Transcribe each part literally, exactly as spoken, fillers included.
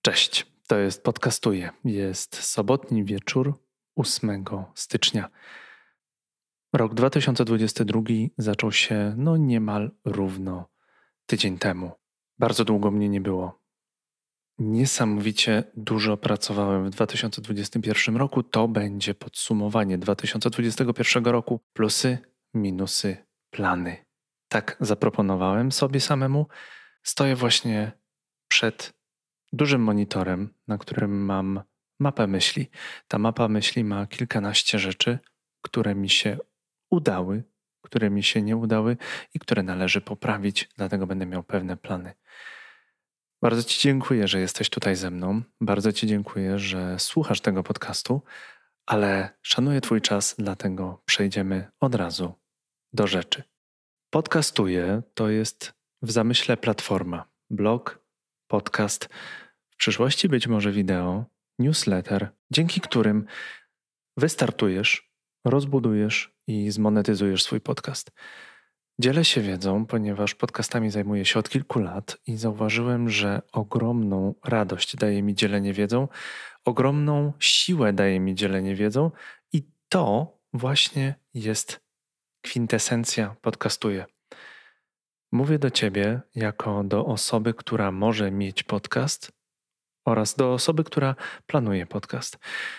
Cześć, to jest Podcastuję. Jest sobotni wieczór ósmego stycznia. Rok dwa tysiące dwudziesty drugi zaczął się no niemal równo tydzień temu. Bardzo długo mnie nie było. Niesamowicie dużo pracowałem w dwa tysiące dwudziestym pierwszym roku. To będzie podsumowanie dwa tysiące dwudziestego pierwszego roku. Plusy, minusy, plany. Tak zaproponowałem sobie samemu. Stoję właśnie przed dużym monitorem, na którym mam mapę myśli. Ta mapa myśli ma kilkanaście rzeczy, które mi się udały, które mi się nie udały i które należy poprawić, dlatego będę miał pewne plany. Bardzo Ci dziękuję, że jesteś tutaj ze mną. Bardzo Ci dziękuję, że słuchasz tego podcastu, ale szanuję Twój czas, dlatego przejdziemy od razu do rzeczy. Podcastuję to jest w zamyśle platforma, blog, podcast, w przyszłości być może wideo, newsletter, dzięki którym wystartujesz, rozbudujesz i zmonetyzujesz swój podcast. Dzielę się wiedzą, ponieważ podcastami zajmuję się od kilku lat i zauważyłem, że ogromną radość daje mi dzielenie wiedzą, ogromną siłę daje mi dzielenie wiedzą i to właśnie jest kwintesencja Podcastuję. Mówię do Ciebie jako do osoby, która może mieć podcast oraz do osoby, która planuje podcast.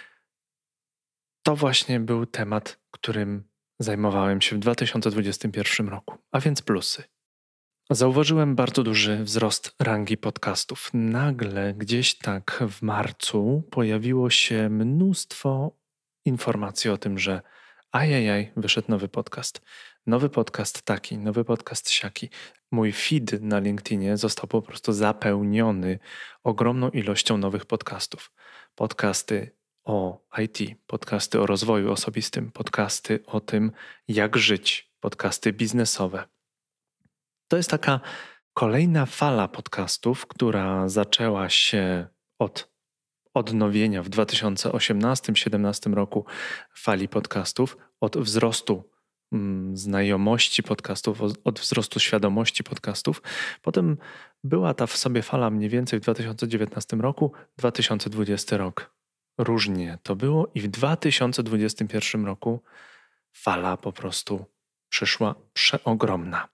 To właśnie był temat, którym zajmowałem się w dwa tysiące dwudziestym pierwszym roku, a więc plusy. Zauważyłem bardzo duży wzrost rangi podcastów. Nagle gdzieś tak w marcu pojawiło się mnóstwo informacji o tym, że ajajaj, wyszedł nowy podcast. Nowy podcast taki, nowy podcast siaki. Mój feed na LinkedInie został po prostu zapełniony ogromną ilością nowych podcastów. Podcasty o I T, podcasty o rozwoju osobistym, podcasty o tym, jak żyć, podcasty biznesowe. To jest taka kolejna fala podcastów, która zaczęła się od odnowienia w dwa tysiące osiemnastym do dwa tysiące siedemnastym roku fali podcastów, od wzrostu mm, znajomości podcastów, od wzrostu świadomości podcastów. Potem była ta w sobie fala mniej więcej w dwa tysiące dziewiętnastym roku, dwa tysiące dwudziesty rok. Różnie to było i w dwa tysiące dwudziestym pierwszym roku fala po prostu przyszła przeogromna.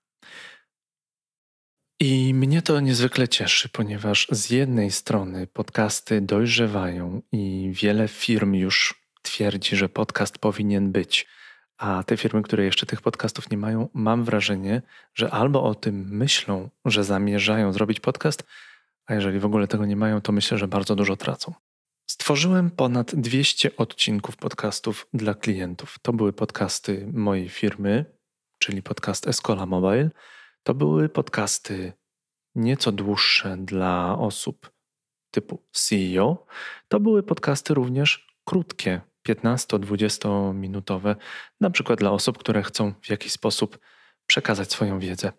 I mnie to niezwykle cieszy, ponieważ z jednej strony podcasty dojrzewają i wiele firm już twierdzi, że podcast powinien być, a te firmy, które jeszcze tych podcastów nie mają, mam wrażenie, że albo o tym myślą, że zamierzają zrobić podcast, a jeżeli w ogóle tego nie mają, to myślę, że bardzo dużo tracą. Stworzyłem ponad dwieście odcinków podcastów dla klientów. To były podcasty mojej firmy, czyli podcast Escola Mobile. To były podcasty nieco dłuższe dla osób typu C E O. To były podcasty również krótkie, piętnasto-dwudziestominutowe, na przykład dla osób, które chcą w jakiś sposób przekazać swoją wiedzę.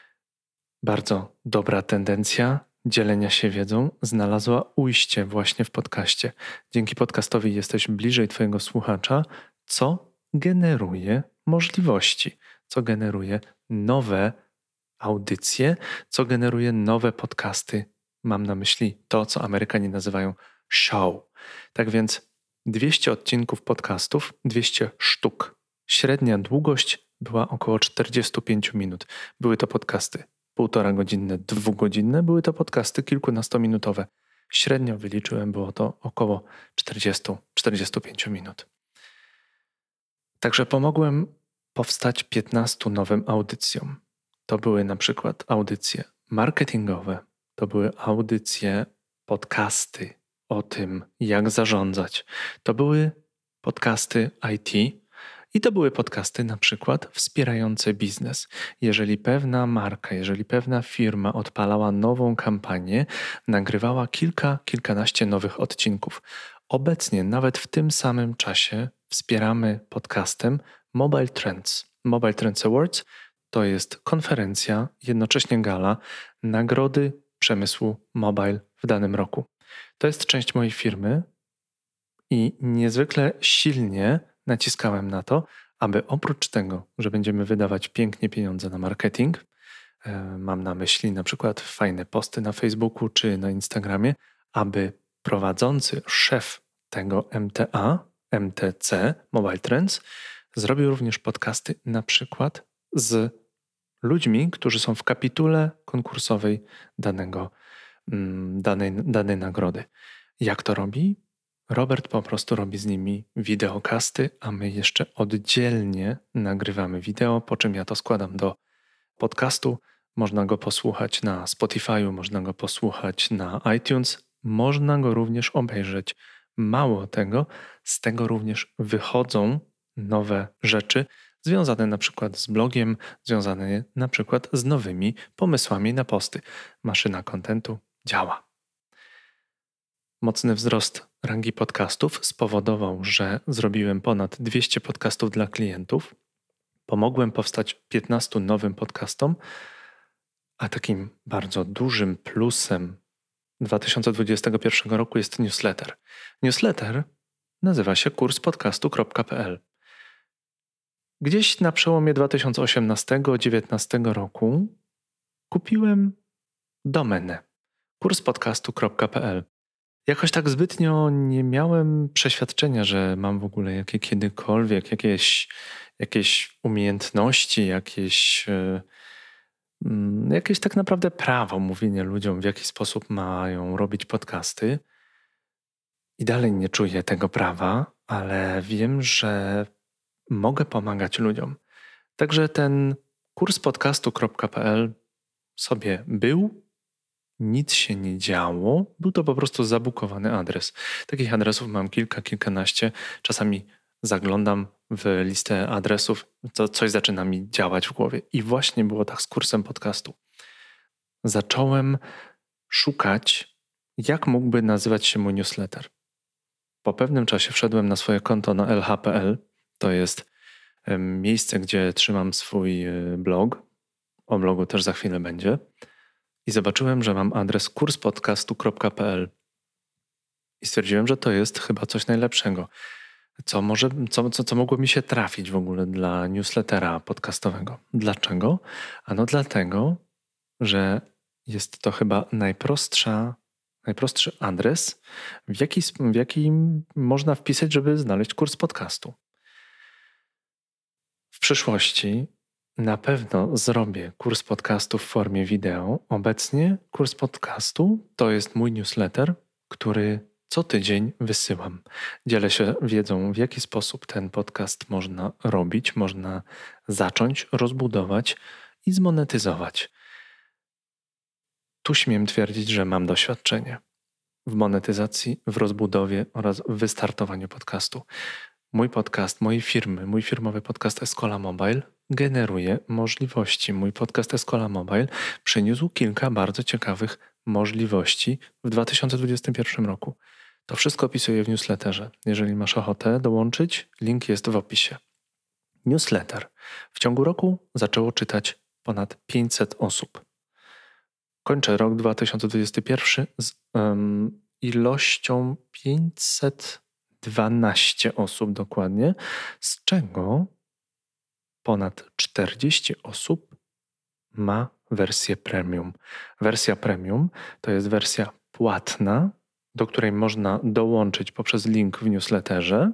Bardzo dobra tendencja dzielenia się wiedzą znalazła ujście właśnie w podcaście. Dzięki podcastowi jesteś bliżej Twojego słuchacza, co generuje możliwości, co generuje nowe audycje, co generuje nowe podcasty. Mam na myśli to, co Amerykanie nazywają show. Tak więc dwieście odcinków podcastów, dwieście sztuk. Średnia długość była około czterdzieści pięć minut. Były to podcasty półtora godzinne, dwugodzinne, były to podcasty kilkunastominutowe. Średnio wyliczyłem, było to około czterdzieści do czterdziestu pięciu minut. Także pomogłem powstać piętnastu nowym audycjom. To były na przykład audycje marketingowe, to były audycje, podcasty o tym, jak zarządzać. To były podcasty I T i to były podcasty na przykład wspierające biznes. Jeżeli pewna marka, jeżeli pewna firma odpalała nową kampanię, nagrywała kilka, kilkanaście nowych odcinków. Obecnie, nawet w tym samym czasie, wspieramy podcastem Mobile Trends. Mobile Trends Awards to jest konferencja, jednocześnie gala, nagrody przemysłu mobile w danym roku. To jest część mojej firmy i niezwykle silnie naciskałem na to, aby oprócz tego, że będziemy wydawać pięknie pieniądze na marketing, mam na myśli na przykład fajne posty na Facebooku czy na Instagramie, aby prowadzący szef tego M T A, M T C, Mobile Trends, zrobił również podcasty na przykład z ludźmi, którzy są w kapitule konkursowej danego, danej, danej nagrody. Jak to robi? Robert po prostu robi z nimi wideokasty, a my jeszcze oddzielnie nagrywamy wideo, po czym ja to składam do podcastu. Można go posłuchać na Spotify'u, można go posłuchać na iTunes, można go również obejrzeć. Mało tego, z tego również wychodzą nowe rzeczy związane na przykład z blogiem, związane na przykład z nowymi pomysłami na posty. Maszyna kontentu działa. Mocny wzrost rangi podcastów spowodował, że zrobiłem ponad dwieście podcastów dla klientów. Pomogłem powstać piętnastu nowym podcastom, a takim bardzo dużym plusem dwa tysiące dwudziestego pierwszego roku jest newsletter. Newsletter nazywa się kurs podcastu kropka p l. Gdzieś na przełomie dwa tysiące osiemnastego do dwa tysiące dziewiętnastego roku kupiłem domenę kurs podcastu kropka p l. Jakoś tak zbytnio nie miałem przeświadczenia, że mam w ogóle jakie, kiedykolwiek jakieś, jakieś umiejętności, jakieś, yy, jakieś tak naprawdę prawo mówienia ludziom, w jaki sposób mają robić podcasty. I dalej nie czuję tego prawa, ale wiem, że mogę pomagać ludziom. Także ten kurs podcastu kropka p l sobie był. Nic się nie działo, był to po prostu zabukowany adres. Takich adresów mam kilka, kilkanaście. Czasami zaglądam w listę adresów, to coś zaczyna mi działać w głowie. I właśnie było tak z kursem podcastu. Zacząłem szukać, jak mógłby nazywać się mój newsletter. Po pewnym czasie wszedłem na swoje konto na l h kropka p l. To jest miejsce, gdzie trzymam swój blog. O blogu też za chwilę będzie. I zobaczyłem, że mam adres kurs podcastu kropka p l. I stwierdziłem, że to jest chyba coś najlepszego. Co, może, co, co, co mogło mi się trafić w ogóle dla newslettera podcastowego. Dlaczego? Ano dlatego, że jest to chyba najprostsza, najprostszy adres, w jaki, w jakim można wpisać, żeby znaleźć kurs podcastu. W przyszłości na pewno zrobię kurs podcastu w formie wideo. Obecnie kurs podcastu to jest mój newsletter, który co tydzień wysyłam. Dzielę się wiedzą, w jaki sposób ten podcast można robić, można zacząć, rozbudować i zmonetyzować. Tu śmiem twierdzić, że mam doświadczenie w monetyzacji, w rozbudowie oraz w wystartowaniu podcastu. Mój podcast, mojej firmy, mój firmowy podcast Escola Mobile generuje możliwości. Mój podcast Escola Mobile przyniósł kilka bardzo ciekawych możliwości w dwa tysiące dwudziestym pierwszym roku. To wszystko opisuję w newsletterze. Jeżeli masz ochotę dołączyć, link jest w opisie. Newsletter. W ciągu roku zaczęło czytać ponad pięćset osób. Kończę rok dwa tysiące dwudziesty pierwszy z um, ilością pięćset dwanaście osób dokładnie, z czego ponad czterdzieści osób ma wersję premium. Wersja premium to jest wersja płatna, do której można dołączyć poprzez link w newsletterze.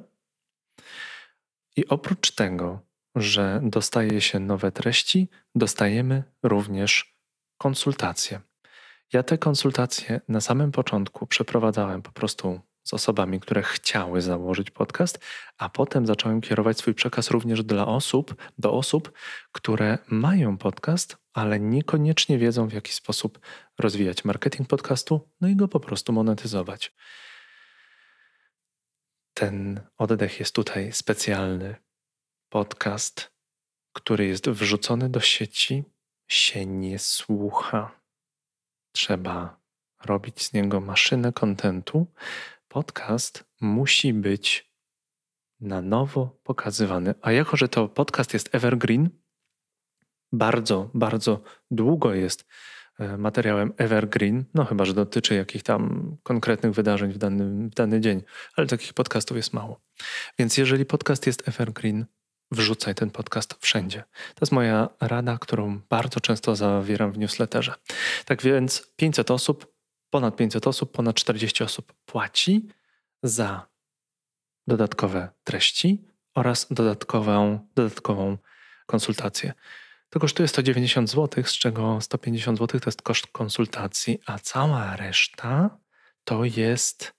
I oprócz tego, że dostaje się nowe treści, dostajemy również konsultacje. Ja te konsultacje na samym początku przeprowadzałem po prostu z osobami, które chciały założyć podcast, a potem zacząłem kierować swój przekaz również dla osób, do osób, które mają podcast, ale niekoniecznie wiedzą, w jaki sposób rozwijać marketing podcastu, no i go po prostu monetyzować. Ten oddech jest tutaj specjalny. Podcast, który jest wrzucony do sieci, się nie słucha. Trzeba robić z niego maszynę kontentu. Podcast musi być na nowo pokazywany. A jako, że to podcast jest evergreen, bardzo, bardzo długo jest materiałem evergreen, no chyba, że dotyczy jakichś tam konkretnych wydarzeń w dany, w dany dzień, ale takich podcastów jest mało. Więc jeżeli podcast jest evergreen, wrzucaj ten podcast wszędzie. To jest moja rada, którą bardzo często zawieram w newsletterze. Tak więc pięćset osób ponad pięćset osób, ponad czterdzieści osób płaci za dodatkowe treści oraz dodatkową, dodatkową konsultację. To kosztuje sto dziewięćdziesiąt złotych, z czego sto pięćdziesiąt złotych to jest koszt konsultacji, a cała reszta to jest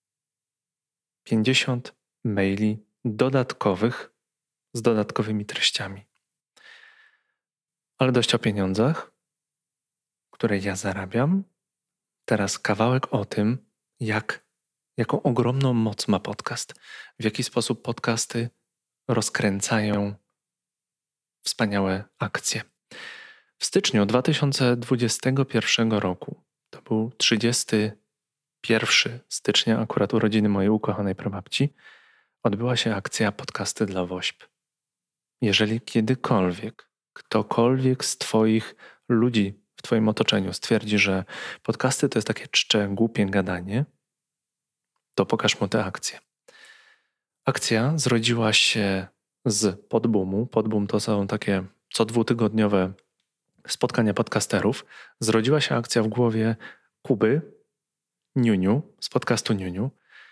pięćdziesiąt maili dodatkowych z dodatkowymi treściami. Ale dość o pieniądzach, które ja zarabiam. Teraz kawałek o tym, jak, jaką ogromną moc ma podcast, w jaki sposób podcasty rozkręcają wspaniałe akcje. W styczniu dwa tysiące dwudziestego pierwszego roku, to był trzydziestego pierwszego stycznia, akurat urodziny mojej ukochanej prababci, odbyła się akcja Podcasty dla WOŚP. Jeżeli kiedykolwiek ktokolwiek z Twoich ludzi w Twoim otoczeniu stwierdzi, że podcasty to jest takie czcze, głupie gadanie, to pokaż mu tę akcję. Akcja zrodziła się z Podboomu. Podboom to są takie co dwutygodniowe spotkania podcasterów. Zrodziła się akcja w głowie Kuby Niuniu z podcastu Niuniu.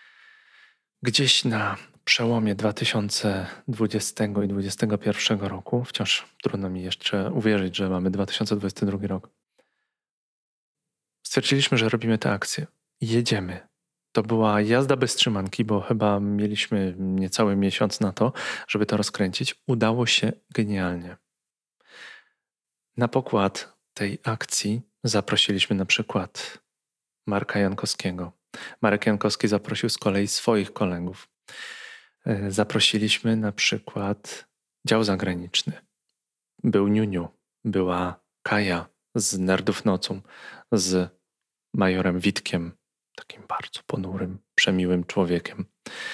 Gdzieś na przełomie dwa tysiące dwudziestego i dwa tysiące dwudziestego pierwszego roku, wciąż trudno mi jeszcze uwierzyć, że mamy dwa tysiące dwudziesty drugi rok, stwierdziliśmy, że robimy tę akcję. Jedziemy. To była jazda bez trzymanki, bo chyba mieliśmy niecały miesiąc na to, żeby to rozkręcić. Udało się genialnie. Na pokład tej akcji zaprosiliśmy na przykład Marka Jankowskiego. Marek Jankowski zaprosił z kolei swoich kolegów. Zaprosiliśmy na przykład dział zagraniczny. Był Niuniu, była Kaja z Nerdów Nocą, z majorem Witkiem, takim bardzo ponurym, przemiłym człowiekiem.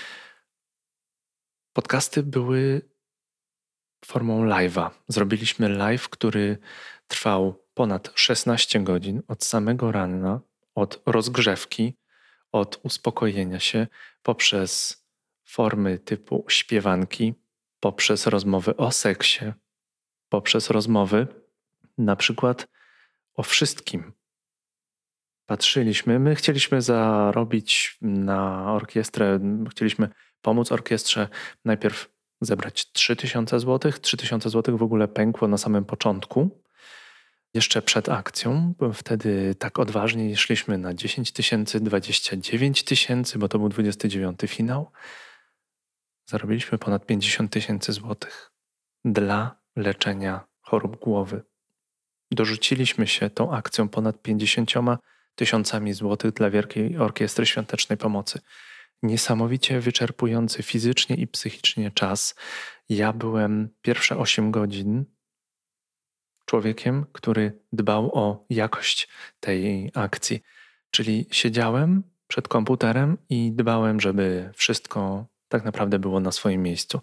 Podcasty były formą live'a. Zrobiliśmy live, który trwał ponad szesnaście godzin od samego rana, od rozgrzewki, od uspokojenia się, poprzez formy typu śpiewanki, poprzez rozmowy o seksie, poprzez rozmowy na przykład o wszystkim. Patrzyliśmy, my chcieliśmy zarobić na orkiestrę, chcieliśmy pomóc orkiestrze najpierw zebrać trzy tysiące złotych. trzy tysiące złotych w ogóle pękło na samym początku, jeszcze przed akcją. Wtedy tak odważnie szliśmy na dziesięć tysięcy, dwadzieścia dziewięć tysięcy, bo to był dwudziesty dziewiąty finał. Zarobiliśmy ponad pięćdziesiąt tysięcy złotych dla leczenia chorób głowy. Dorzuciliśmy się tą akcją ponad pięćdziesięcioma tysiącami złotych dla Wielkiej Orkiestry Świątecznej Pomocy. Niesamowicie wyczerpujący fizycznie i psychicznie czas. Ja byłem pierwsze osiem godzin człowiekiem, który dbał o jakość tej akcji. Czyli siedziałem przed komputerem i dbałem, żeby wszystko tak naprawdę było na swoim miejscu.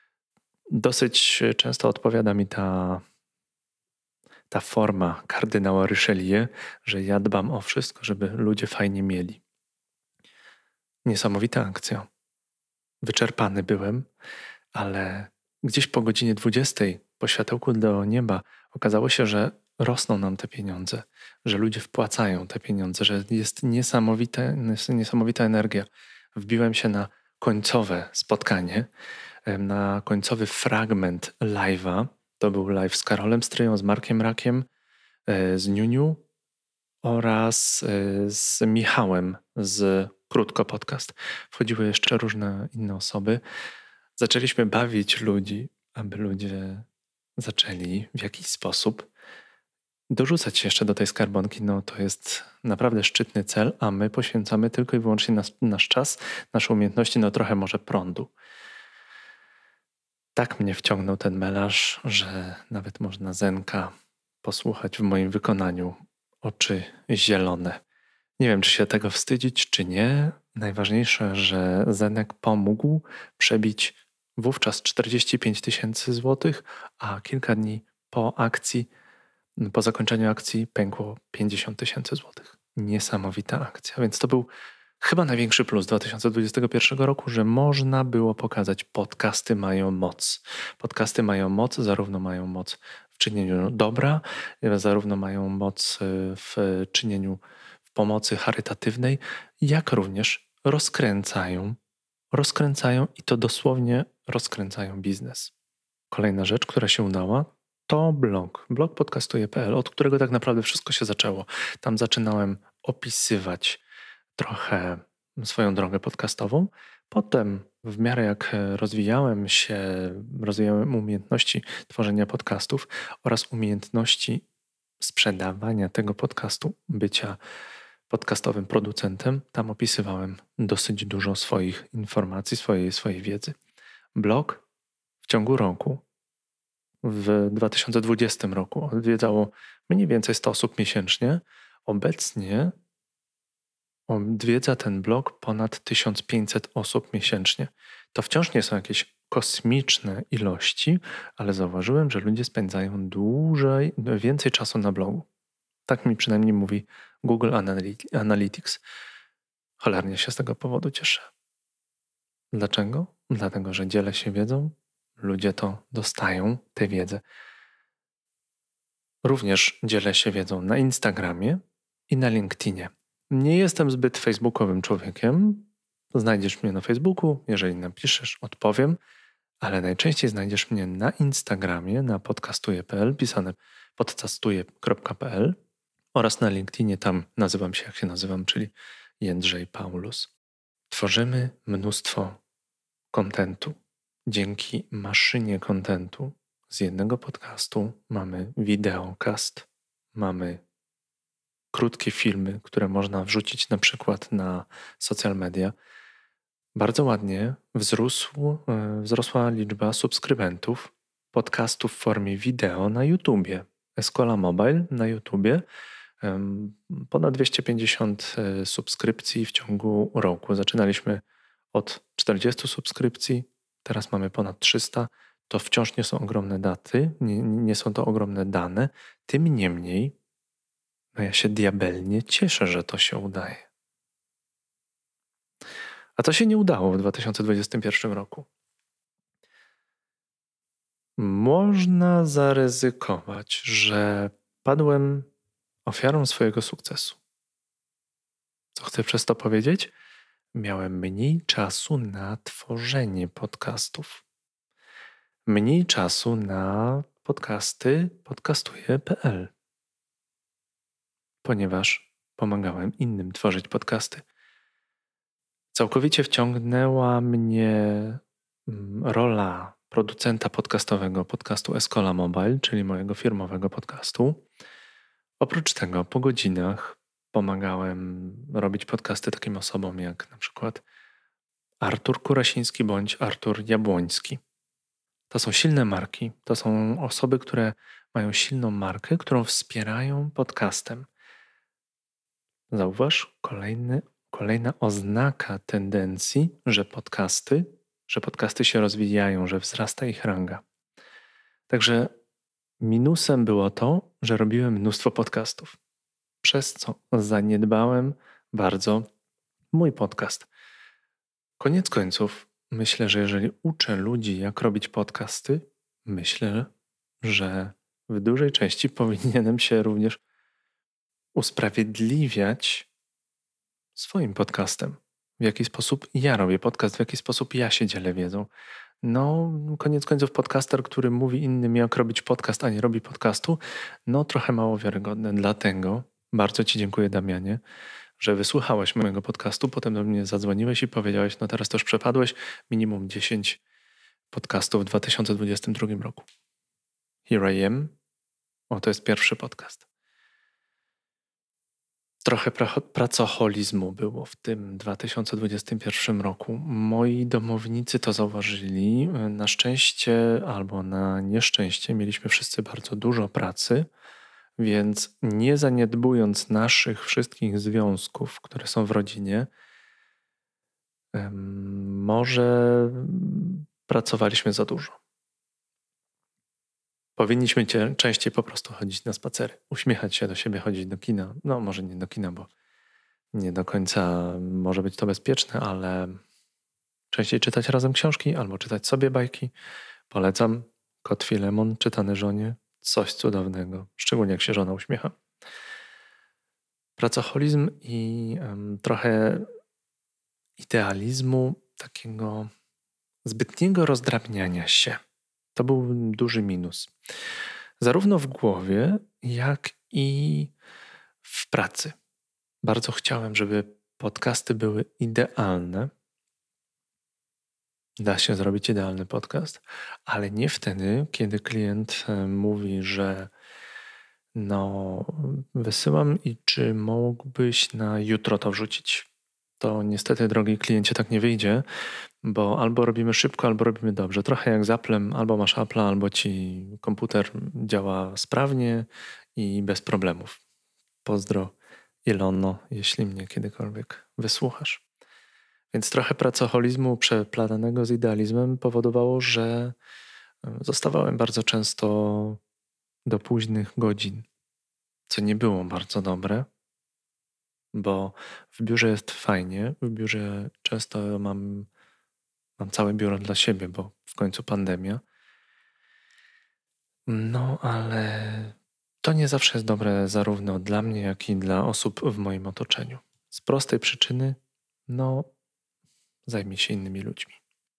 Dosyć często odpowiada mi ta, ta forma kardynała Richelieu, że ja dbam o wszystko, żeby ludzie fajnie mieli. Niesamowita akcja. Wyczerpany byłem, ale gdzieś po godzinie dwudziestej, po światełku do nieba, okazało się, że rosną nam te pieniądze, że ludzie wpłacają te pieniądze, że jest niesamowita, niesamowita energia. Wbiłem się na końcowe spotkanie, na końcowy fragment live'a. To był live z Karolem Stryją, z Markiem Rakiem, z Niuniu oraz z Michałem z Krótko Podcast. Wchodziły jeszcze różne inne osoby. Zaczęliśmy bawić ludzi, aby ludzie zaczęli w jakiś sposób dorzucać się jeszcze do tej skarbonki. No to jest naprawdę szczytny cel, a my poświęcamy tylko i wyłącznie nas, nasz czas, nasze umiejętności, no trochę może prądu. Tak mnie wciągnął ten melarz, że nawet można Zenka posłuchać w moim wykonaniu. Oczy zielone. Nie wiem, czy się tego wstydzić, czy nie. Najważniejsze, że Zenek pomógł przebić wówczas czterdzieści pięć tysięcy złotych, a kilka dni po akcji, po zakończeniu akcji pękło pięćdziesiąt tysięcy złotych. Niesamowita akcja, więc to był chyba największy plus dwa tysiące dwudziestego pierwszego roku, że można było pokazać, podcasty mają moc. Podcasty mają moc, zarówno mają moc w czynieniu dobra, zarówno mają moc w czynieniu, w pomocy charytatywnej, jak również rozkręcają, rozkręcają i to dosłownie rozkręcają biznes. Kolejna rzecz, która się udała, to blog. Blog podcastuje kropka p l, od którego tak naprawdę wszystko się zaczęło. Tam zaczynałem opisywać trochę swoją drogę podcastową. Potem w miarę jak rozwijałem się, rozwijałem umiejętności tworzenia podcastów oraz umiejętności sprzedawania tego podcastu, bycia podcastowym producentem, tam opisywałem dosyć dużo swoich informacji, swojej, swojej wiedzy. Blog w ciągu roku, w dwa tysiące dwudziestym roku odwiedzało mniej więcej sto osób miesięcznie. Obecnie odwiedza ten blog ponad tysiąc pięćset osób miesięcznie. To wciąż nie są jakieś kosmiczne ilości, ale zauważyłem, że ludzie spędzają dłużej, więcej czasu na blogu. Tak mi przynajmniej mówi Google Analytics. Cholernie się z tego powodu cieszę. Dlaczego? Dlatego, że dzielę się wiedzą, ludzie to dostają, tę wiedzę. Również dzielę się wiedzą na Instagramie i na LinkedInie. Nie jestem zbyt facebookowym człowiekiem. Znajdziesz mnie na Facebooku, jeżeli napiszesz, odpowiem, ale najczęściej znajdziesz mnie na Instagramie, na podcastuje kropka p l, pisane podcastuje kropka p l oraz na LinkedInie, tam nazywam się jak się nazywam, czyli Jędrzej Paulus. Tworzymy mnóstwo kontentu. Dzięki maszynie kontentu z jednego podcastu mamy wideokast, mamy krótkie filmy, które można wrzucić na przykład na social media. Bardzo ładnie wzrósł, wzrosła liczba subskrybentów podcastów w formie wideo na YouTubie. Escola Mobile na YouTubie. Ponad dwieście pięćdziesiąt subskrypcji w ciągu roku. Zaczynaliśmy od czterdziestu subskrypcji, teraz mamy ponad trzysta. To wciąż nie są ogromne daty, nie, nie są to ogromne dane. Tym niemniej no ja się diabelnie cieszę, że to się udaje. A to się nie udało w dwa tysiące dwudziestym pierwszym roku. Można zaryzykować, że padłem ofiarą swojego sukcesu. Co chcę przez to powiedzieć? Miałem mniej czasu na tworzenie podcastów. Mniej czasu na podcasty podcastuje kropka p l. Ponieważ pomagałem innym tworzyć podcasty. Całkowicie wciągnęła mnie rola producenta podcastowego podcastu Escola Mobile, czyli mojego firmowego podcastu. Oprócz tego po godzinach pomagałem robić podcasty takim osobom jak na przykład Artur Kurasiński bądź Artur Jabłoński. To są silne marki, to są osoby, które mają silną markę, którą wspierają podcastem. Zauważ, kolejny, kolejna oznaka tendencji, że podcasty, że podcasty się rozwijają, że wzrasta ich ranga. Także minusem było to, że robiłem mnóstwo podcastów, przez co zaniedbałem bardzo mój podcast. Koniec końców, myślę, że jeżeli uczę ludzi, jak robić podcasty, myślę, że w dużej części powinienem się również usprawiedliwiać swoim podcastem. W jaki sposób ja robię podcast, w jaki sposób ja się dzielę wiedzą. No, koniec końców podcaster, który mówi innym, jak robić podcast, a nie robi podcastu, no trochę mało wiarygodne. Dlatego bardzo Ci dziękuję, Damianie, że wysłuchałeś mojego podcastu, potem do mnie zadzwoniłeś i powiedziałeś, no teraz to już przepadłeś, minimum dziesięć podcastów w dwa tysiące dwudziestym drugim roku. Here I am. O, to jest pierwszy podcast. Trochę pra- pracoholizmu było w tym dwa tysiące dwudziestym pierwszym roku. Moi domownicy to zauważyli. Na szczęście albo na nieszczęście mieliśmy wszyscy bardzo dużo pracy, więc nie zaniedbując naszych wszystkich związków, które są w rodzinie, em, może pracowaliśmy za dużo. Powinniśmy cię częściej po prostu chodzić na spacery, uśmiechać się do siebie, chodzić do kina. No może nie do kina, bo nie do końca może być to bezpieczne, ale częściej czytać razem książki albo czytać sobie bajki. Polecam Kot Filemon czytany żonie. Coś cudownego, szczególnie jak się żona uśmiecha. Pracoholizm i em, trochę idealizmu, takiego zbytniego rozdrabniania się. To był duży minus. Zarówno w głowie, jak i w pracy. Bardzo chciałem, żeby podcasty były idealne. Da się zrobić idealny podcast, ale nie wtedy, kiedy klient e, mówi, że no, wysyłam i czy mógłbyś na jutro to wrzucić. To niestety, drogi kliencie, tak nie wyjdzie, bo albo robimy szybko, albo robimy dobrze. Trochę jak z Applem, albo masz Apple'a, albo ci komputer działa sprawnie i bez problemów. Pozdro, Ilono, jeśli mnie kiedykolwiek wysłuchasz. Więc trochę pracoholizmu przeplatanego z idealizmem powodowało, że zostawałem bardzo często do późnych godzin, co nie było bardzo dobre, bo w biurze jest fajnie. W biurze często mam, mam całe biuro dla siebie, bo w końcu pandemia. No, ale to nie zawsze jest dobre zarówno dla mnie, jak i dla osób w moim otoczeniu. Z prostej przyczyny, no, zajmij się innymi ludźmi.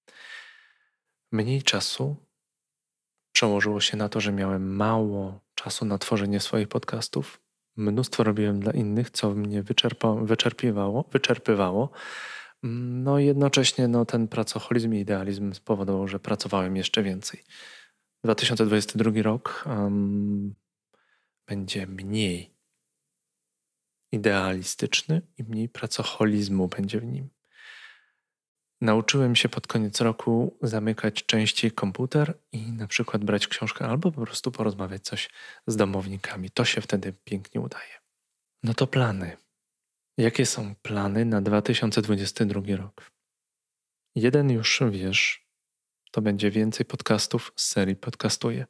Mniej czasu przełożyło się na to, że miałem mało czasu na tworzenie swoich podcastów. Mnóstwo robiłem dla innych, co mnie wyczerpa- wyczerpywało, wyczerpywało. No i jednocześnie no, ten pracoholizm i idealizm spowodował, że pracowałem jeszcze więcej. dwa tysiące dwudziesty drugi rok um, będzie mniej idealistyczny i mniej pracoholizmu będzie w nim. Nauczyłem się pod koniec roku zamykać częściej komputer i na przykład brać książkę albo po prostu porozmawiać coś z domownikami. To się wtedy pięknie udaje. No to plany. Jakie są plany na dwa tysiące dwudziesty drugi rok? Jeden już wiesz, to będzie więcej podcastów z serii Podcastuję.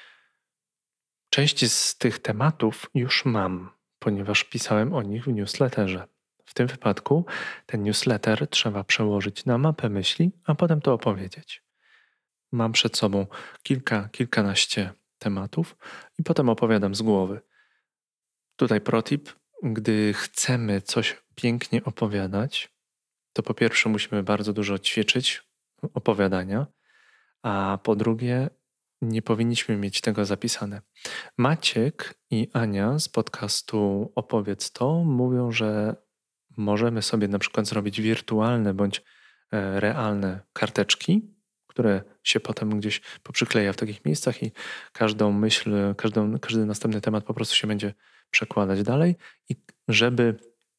Część z tych tematów już mam, ponieważ pisałem o nich w newsletterze. W tym wypadku ten newsletter trzeba przełożyć na mapę myśli, a potem to opowiedzieć. Mam przed sobą kilka, kilkanaście tematów i potem opowiadam z głowy. Tutaj protip, gdy chcemy coś pięknie opowiadać, to po pierwsze musimy bardzo dużo ćwiczyć opowiadania, a po drugie nie powinniśmy mieć tego zapisane. Maciek i Ania z podcastu Opowiedz to mówią, że możemy sobie na przykład zrobić wirtualne bądź e, realne karteczki, które się potem gdzieś poprzykleja w takich miejscach i każdą myśl, każdą, każdy następny temat po prostu się będzie przekładać dalej i żeby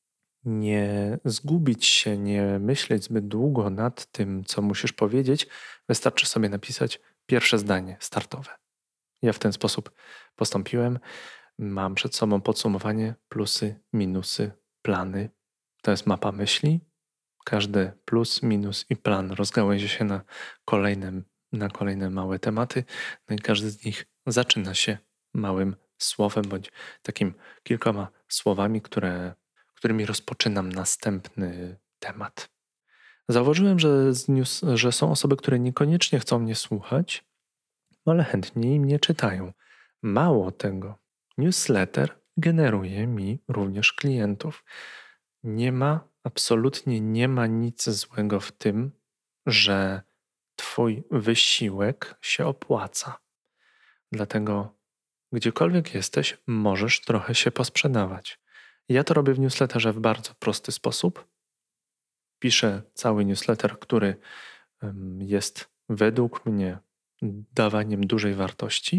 nie zgubić się, nie myśleć zbyt długo nad tym, co musisz powiedzieć, wystarczy sobie napisać pierwsze zdanie startowe. Ja w ten sposób postąpiłem. Mam przed sobą podsumowanie, plusy, minusy, plany. To jest mapa myśli. Każdy plus, minus i plan rozgałęzi się na kolejne, na kolejne małe tematy. No i każdy z nich zaczyna się małym słowem bądź takim kilkoma słowami, które, którymi rozpoczynam następny temat. Zauważyłem, że, z news, że są osoby, które niekoniecznie chcą mnie słuchać, ale chętniej mnie czytają. Mało tego, newsletter generuje mi również klientów. Nie ma, absolutnie nie ma nic złego w tym, że Twój wysiłek się opłaca. Dlatego gdziekolwiek jesteś, możesz trochę się posprzedawać. Ja to robię w newsletterze w bardzo prosty sposób. Piszę cały newsletter, który jest według mnie dawaniem dużej wartości.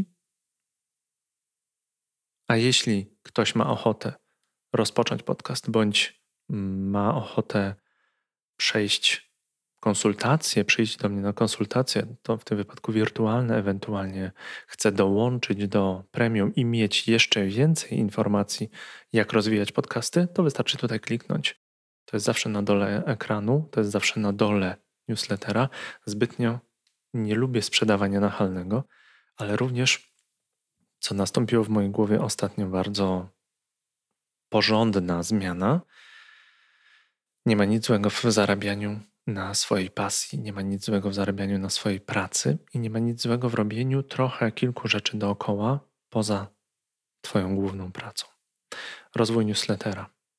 A jeśli ktoś ma ochotę rozpocząć podcast, bądź ma ochotę przejść konsultacje, przyjść do mnie na konsultacje, to w tym wypadku wirtualne, ewentualnie chce dołączyć do premium i mieć jeszcze więcej informacji, jak rozwijać podcasty, to wystarczy tutaj kliknąć. To jest zawsze na dole ekranu, to jest zawsze na dole newslettera. Zbytnio nie lubię sprzedawania nachalnego, ale również, co nastąpiło w mojej głowie ostatnio, bardzo porządna zmiana. Nie ma nic złego w zarabianiu na swojej pasji, nie ma nic złego w zarabianiu na swojej pracy i nie ma nic złego w robieniu trochę kilku rzeczy dookoła poza Twoją główną pracą. Rozwój newslettera.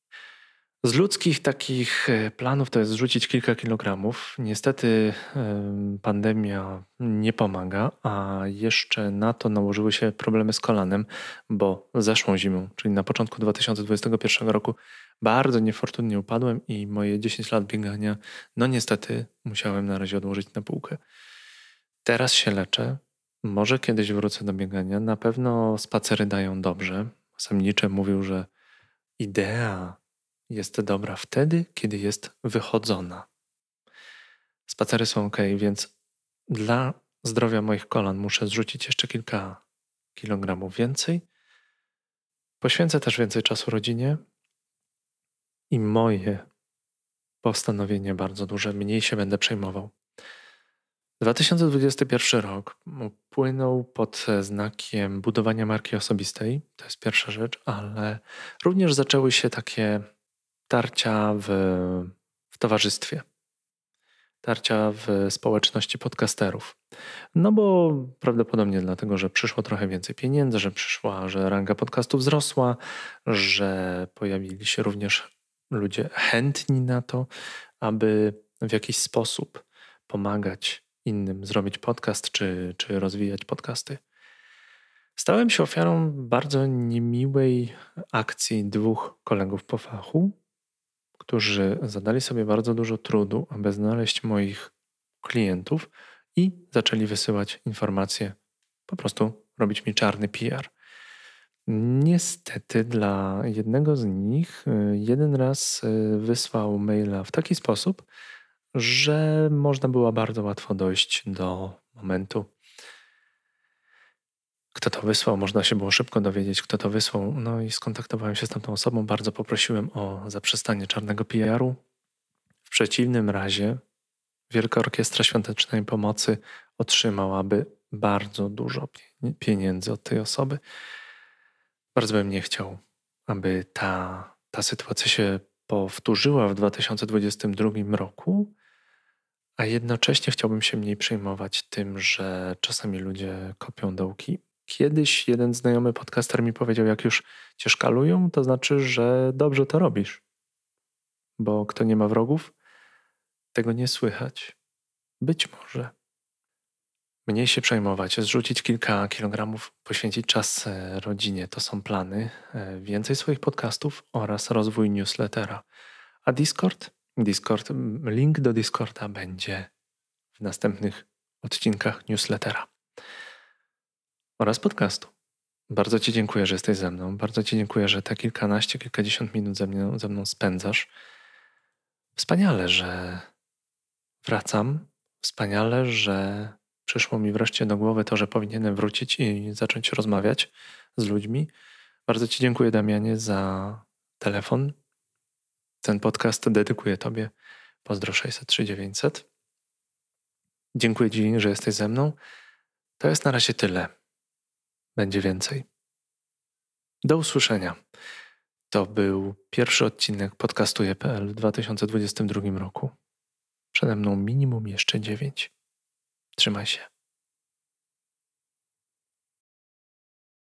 Z ludzkich takich e, planów to jest zrzucić kilka kilogramów. Niestety em, pandemia nie pomaga, a jeszcze na to nałożyły się problemy z kolanem, bo zeszłą zimą, czyli na początku dwa tysiące dwudziestego pierwszego roku, bardzo niefortunnie upadłem i moje dziesięć lat biegania, no niestety musiałem na razie odłożyć na półkę. Teraz się leczę. Może kiedyś wrócę do biegania. Na pewno spacery dają dobrze. Sam Nietzsche mówił, że idea jest dobra wtedy, kiedy jest wychodzona. Spacery są ok, więc dla zdrowia moich kolan muszę zrzucić jeszcze kilka kilogramów więcej. Poświęcę też więcej czasu rodzinie i moje postanowienie bardzo duże, mniej się będę przejmował. dwa tysiące dwudziesty pierwszy rok upłynął pod znakiem budowania marki osobistej. To jest pierwsza rzecz, ale również zaczęły się takie tarcia w, w towarzystwie. Tarcia w społeczności podcasterów. No bo prawdopodobnie dlatego, że przyszło trochę więcej pieniędzy, że przyszła, że ranga podcastu wzrosła, że pojawili się również ludzie chętni na to, aby w jakiś sposób pomagać innym zrobić podcast czy, czy rozwijać podcasty. Stałem się ofiarą bardzo niemiłej akcji dwóch kolegów po fachu, którzy zadali sobie bardzo dużo trudu, aby znaleźć moich klientów i zaczęli wysyłać informacje, po prostu robić mi czarny P R. Niestety dla jednego z nich jeden raz wysłał maila w taki sposób, że można było bardzo łatwo dojść do momentu, kto to wysłał. Można się było szybko dowiedzieć, kto to wysłał. No i skontaktowałem się z tamtą osobą. Bardzo poprosiłem o zaprzestanie czarnego P R-u. W przeciwnym razie Wielka Orkiestra Świątecznej Pomocy otrzymałaby bardzo dużo pieniędzy od tej osoby. Bardzo bym nie chciał, aby ta, ta sytuacja się powtórzyła w dwa tysiące dwudziestym drugim roku, a jednocześnie chciałbym się mniej przejmować tym, że czasami ludzie kopią dołki. Kiedyś jeden znajomy podcaster mi powiedział, jak już cię szkalują, to znaczy, że dobrze to robisz. Bo kto nie ma wrogów, tego nie słychać. Być może. Mniej się przejmować, zrzucić kilka kilogramów, poświęcić czas rodzinie. To są plany. Więcej swoich podcastów oraz rozwój newslettera. A Discord? Discord, link do Discorda będzie w następnych odcinkach newslettera oraz podcastu. Bardzo Ci dziękuję, że jesteś ze mną. Bardzo Ci dziękuję, że te kilkanaście, kilkadziesiąt minut ze mną, ze mną spędzasz. Wspaniale, że wracam. Wspaniale, że przyszło mi wreszcie do głowy to, że powinienem wrócić i zacząć rozmawiać z ludźmi. Bardzo Ci dziękuję, Damianie, za telefon. Ten podcast dedykuję Tobie. Pozdro sześćset trzy dziewięćset. Dziękuję Ci, że jesteś ze mną. To jest na razie tyle. Będzie więcej. Do usłyszenia. To był pierwszy odcinek podcastuje kropka p l w dwa tysiące dwudziestym drugim roku. Przede mną minimum jeszcze dziewięć. Trzymaj się.